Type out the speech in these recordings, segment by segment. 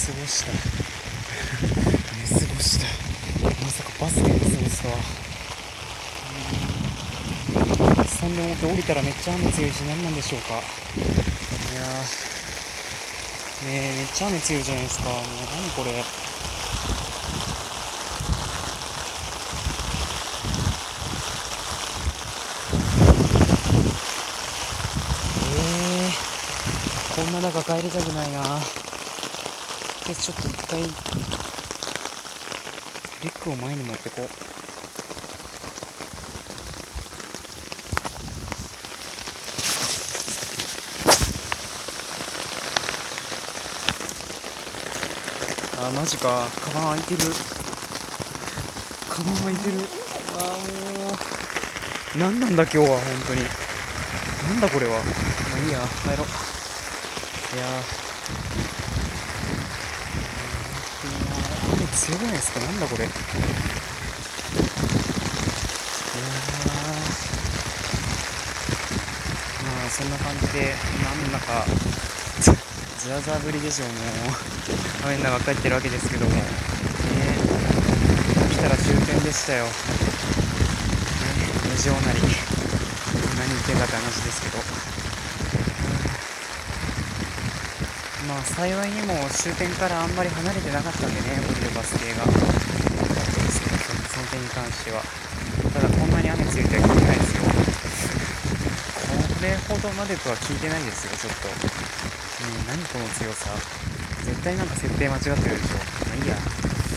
過ごした寝過ごした。まさかバスで寝過ごすとは。そんでもって降りたらめっちゃ雨強いし、何なんでしょうか。いやーねえ、めっちゃ雨強いじゃないですか。もう何これ。こんな中帰りたくないな。でちょっと一回リュックを前に持ってこう。あ、マジか。カバン開いてる。カバン開いてる。もう何なんだ今日は。本当になんだこれは。まあいいや、帰ろう。いやー、雨強くないですか。なんだこれ。まあそんな感じで、なんだかザーザー降りでしょう。もう雨の中帰ってるわけですけどもね。来たら終点でしたよ。無情なり。何言ってんだって話ですけど、まあ幸いにも終点からあんまり離れてなかったんでね、降りるバス停が良かったですけど、その点に関しては。ただこんなに雨ついては聞いてないですよ。これほどまでとは聞いてないですよ、ちょっと。何この強さ。絶対なんか設定間違ってるでしょ。まあいいや。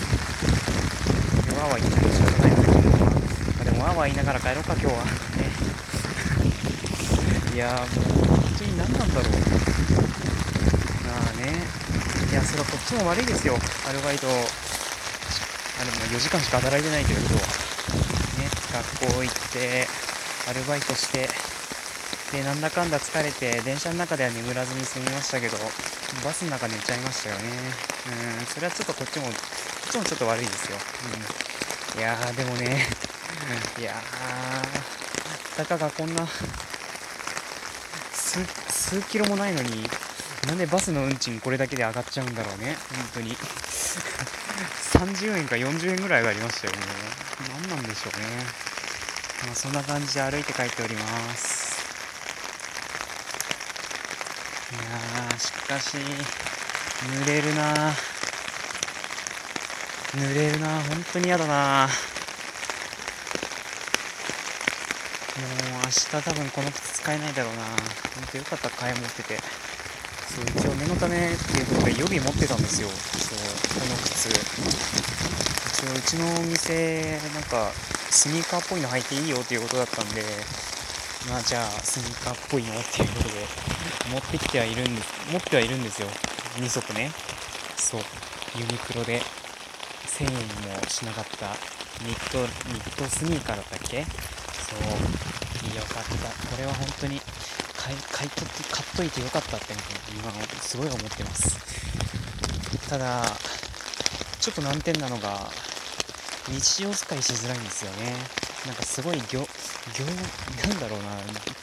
わーわー言っても仕方ないんだけど、でもわーわー言いながら帰ろうか今日はね。いやーもう本当に何なんだろう。まあね、いやそれはこっちも悪いですよ。アルバイトでも4時間しか働いてないけど今日はね、学校行ってアルバイトしてで、なんだかんだ疲れて電車の中では眠らずに済みましたけど、バスの中寝ちゃいましたよね。それはちょっとこっちもちょっと悪いですよ。いやーでもね、いやーたかがこんな数キロもないのに、なんでバスの運賃これだけで上がっちゃうんだろうね。本当に30円か40円ぐらい上がりましたよね。何なんでしょうね。まあ、そんな感じで歩いて帰っております。いやーしかし濡れるな本当に嫌だな。もう明日多分この靴使えないだろうな。本当よかった、替え持ってて。そう、一応念のためっていうことで予備持ってたんですよ。そう、この靴一応うちのお店なんかスニーカーっぽいの履いていいよっていうことだったんで、まあじゃあスニーカーっぽいのっていうことで持ってはいるんですよ。2足ね。そう、ユニクロで1000円もしなかったニットスニーカーだったっけ。そう、よかった。これは本当に買っといてよかったって今すごい思ってます。ただちょっと難点なのが日常使いしづらいんですよね。なんかすごいなんだろうな、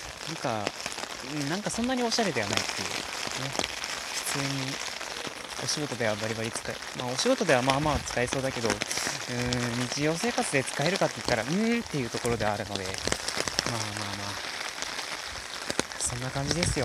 なんかそんなにおしゃれではないっていうね。普通にお仕事ではバリバリお仕事ではまあまあ使えそうだけど、日常生活で使えるかって言ったらっていうところであるので、まあそんな感じですよ。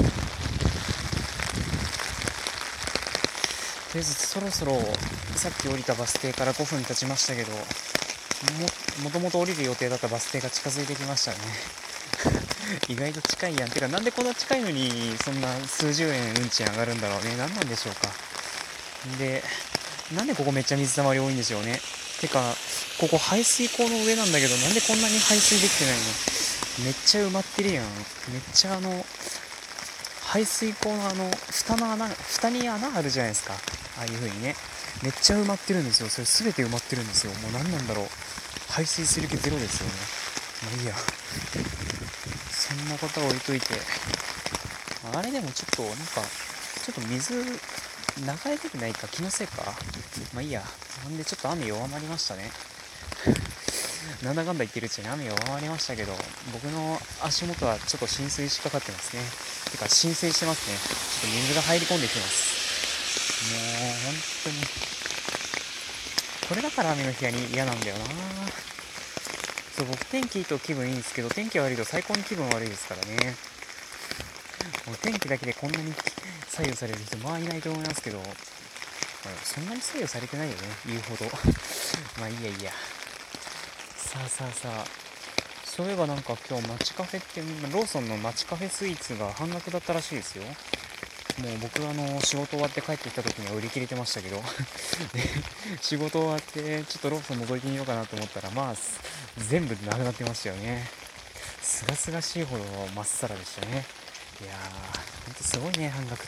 とりあえずそろそろさっき降りたバス停から5分経ちましたけど、もともと降りる予定だったバス停が近づいてきましたね。意外と近いやん。てかなんでこんな近いのにそんな数十円運賃上がるんだろうね。何なんでしょうか。で、なんでここめっちゃ水たまり多いんでしょうね。てかここ排水溝の上なんだけど、なんでこんなに排水できてないの。めっちゃ埋まってるやん。めっちゃ排水溝の蓋に穴あるじゃないですか。ああいう風にね、めっちゃ埋まってるんですよ。それ全て埋まってるんですよ。もう何なんだろう。排水する気ゼロですよね。まあいいや、そんなことは置いといて、あれでもちょっと水流れててないか、気のせいか。まあいいや。なんでちょっと雨弱まりましたね。なんだかんだ言ってるうちに雨弱まりましたけど、僕の足元はちょっと浸水しかかってますね。てか浸水してますね。ちょっと水が入り込んできてます。 本当にこれだから雨の日は嫌なんだよな。そう、僕天気いいと気分いいんですけど、天気悪いと最高に気分悪いですからね。もう天気だけでこんなに左右される人まあいないと思いますけど、そんなに左右されてないよね、言うほど。まあいいやいいや。さあ、そういえばなんか今日街カフェって、ローソンの街カフェスイーツが半額だったらしいですよ。もう僕仕事終わって帰ってきた時には売り切れてましたけどで仕事終わってちょっとローソン覗いてみようかなと思ったら、まあ全部なくなってましたよね。すがすがしいほどまっさらでしたね。いやー、ほんとすごいね、半額って。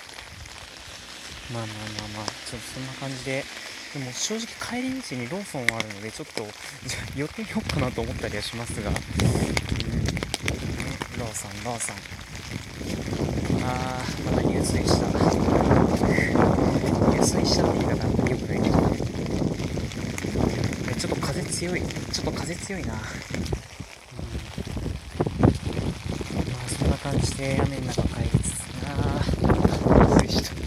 まあ、ちょっとそんな感じで、でも正直帰り道にローソンはあるので、ちょっと寄ってみようかなと思ったりはしますが、ローソン、まだ入水した。入水したって言い方良くないけどね。ちょっと風強いな。まあそんな感じで雨の中帰りつつ入水した。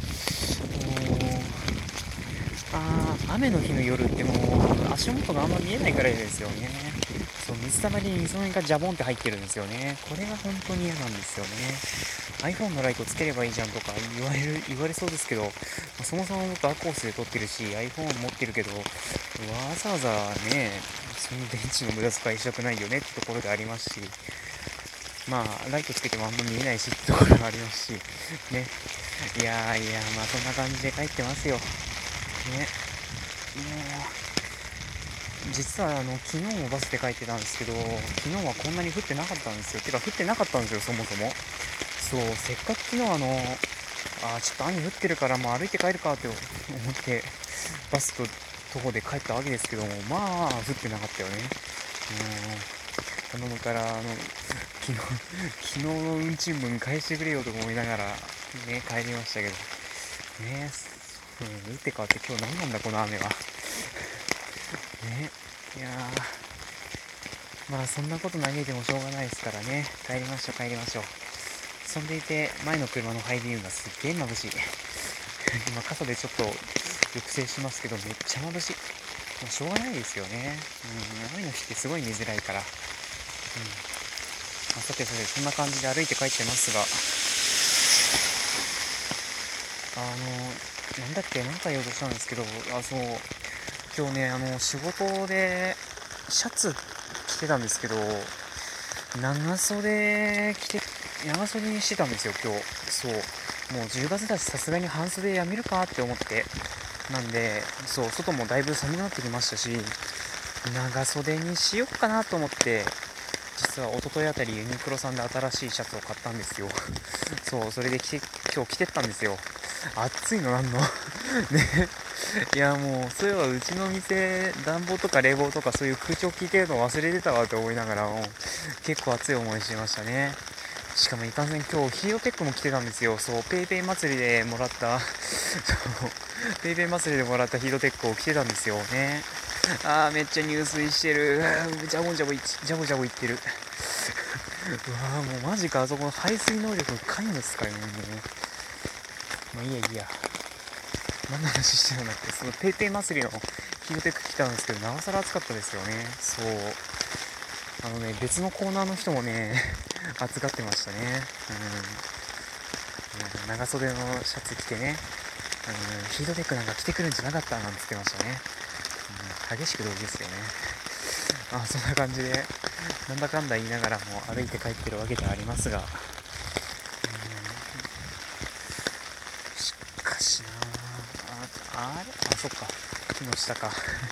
雨の日の夜ってもう足元があんま見えないからですよね。そう、水たまりに水のがジャボンって入ってるんですよね。これが本当に嫌なんですよね。 iPhone のライトつければいいじゃんとか言われそうですけど、そもそも僕アコースで撮ってるし iPhone 持ってるけど、わざわざねその電池の無駄遣いしたくないよねってところでありますし、まあライトつけてもあんま見えないしってところがありますしね。いやまあそんな感じで帰ってますよね。もう実は昨日もバスで帰ってたんですけど、昨日はこんなに降ってなかったんですよ。てか降ってなかったんですよ、そもそも。そう、せっかく昨日ちょっと雨降ってるからもう歩いて帰るかって思ってバスと徒歩で帰ったわけですけども、まあ降ってなかったよね。頼むから昨日の運賃分返してくれよと思いながらね帰りましたけどね。打って変わって今日何なんだこの雨はね。いやまあそんなこと嘆いてもしょうがないですからね。帰りましょう。そんでいて前の車のハイビームがすっげえ眩しい今傘でちょっと抑制しますけどめっちゃ眩しい。しょうがないですよね。雨の日ってすごい見づらいから。さてそんな感じで歩いて帰ってますが、なんだっけ、何か言おうとしたんですけど、そう、今日ね、仕事でシャツ着てたんですけど、長袖にしてたんですよ、今日。そう、もう10月だし、さすがに半袖やめるかって思って、なんで、そう、外もだいぶ寒くなってきましたし、長袖にしよっかなと思って、実は一昨日あたりユニクロさんで新しいシャツを買ったんですよ。そう、それで今日着てったんですよ。暑いのなんのね。いやもうそういえばうちの店暖房とか冷房とかそういう空調効いてるの忘れてたわって思いながらも結構暑い思いしてましたね。しかもいかんせん今日ヒーローテックも着てたんですよ。そう、ペイペイ祭りでもらったペイペイ祭りでもらったヒーローテックを着てたんですよね。めっちゃ入水してる。ジャボジャボいってるうわもうマジか、あそこの排水能力皆無ですからね。もうまあいいや何の話してるんだっけ。そのペイペイ祭りのヒーローテック来たんですけど、なおさら暑かったですよね。そう別のコーナーの人もね暑がってましたね。長袖のシャツ着てね、ヒートテックなんか着てくるんじゃなかったなんて言ってましたね。激しく同意ですよね。そんな感じでなんだかんだ言いながらも歩いて帰ってるわけではありますが、しかしなそっか、木の下か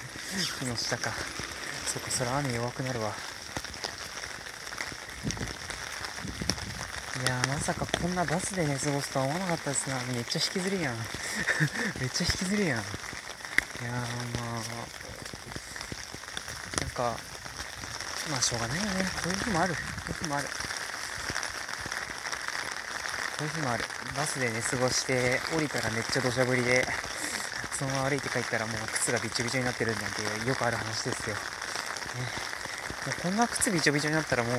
そっか、それ雨弱くなるわ。いやまさかこんなバスで寝過ごすとは思わなかったですな。めっちゃ引きずるやんいやなんかしょうがないよね。こういう日もある。バスで寝過ごして降りたらめっちゃ土砂降りで、そのまま歩いて帰ったらもう靴がびちょびちょになってるなんてよくある話ですよ、ね。もうこんな靴びちょびちょになったらもう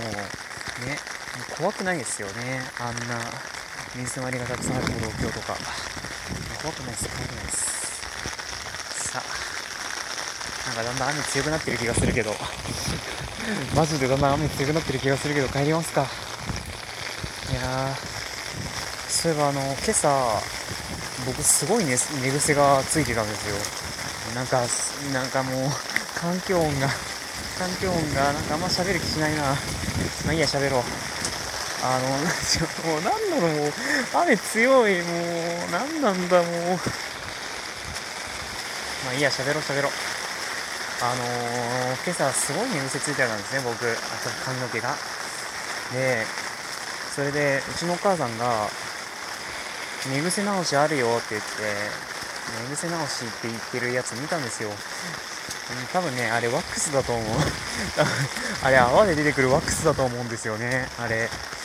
怖くないですよね。あんな水たまりがたくさんある歩道橋とか怖くないです、怖くないです。さあ、なんかだんだん雨強くなってる気がするけどマジでだんだん雨強くなってる気がするけど、帰りますか。いやそういえば今朝僕すごいね寝癖がついてたんですよ。なんかもう環境音がなんかあんま喋る気しないな。まあいいや、喋ろう。もうなんだろう、もう雨強い、もうなんなんだもう。まあいいや、喋ろう。今朝すごい寝癖ついてたんですね、僕。あと髪の毛が。で、それでうちのお母さんが寝癖直しあるよって言って、寝癖直しって言ってるやつ見たんですよ。多分ね、あれワックスだと思うあれ泡で出てくるワックスだと思うんですよね、あれ。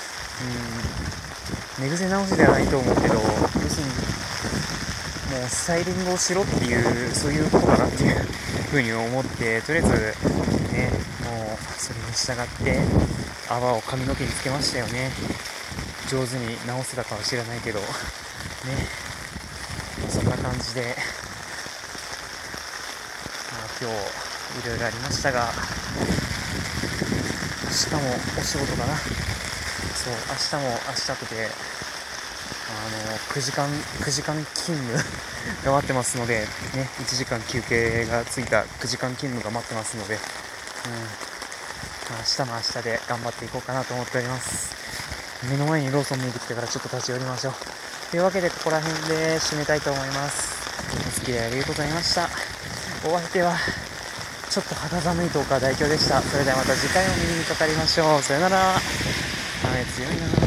寝癖直しではないと思うけど、要するにもうスタイリングをしろっていう、そういうことかなっていう風に思って、とりあえずね、もうそれに従って泡を髪の毛につけましたよね。上手に直せたかは知らないけどね、そんな感じで、今日いろいろありましたが、明日もお仕事かな。そう、明日とて9時間勤務が待ってますので、ね、1時間休憩がついた9時間勤務が待ってますので、明日も明日で頑張っていこうかなと思っております。目の前にローソン見えてきたからちょっと立ち寄りましょう。というわけでここら辺で締めたいと思います。お付き合いありがとうございました。お相手はちょっと肌寒い10日代表でした。それではまた次回お耳にかかりましょう。さよなら。雨強いな。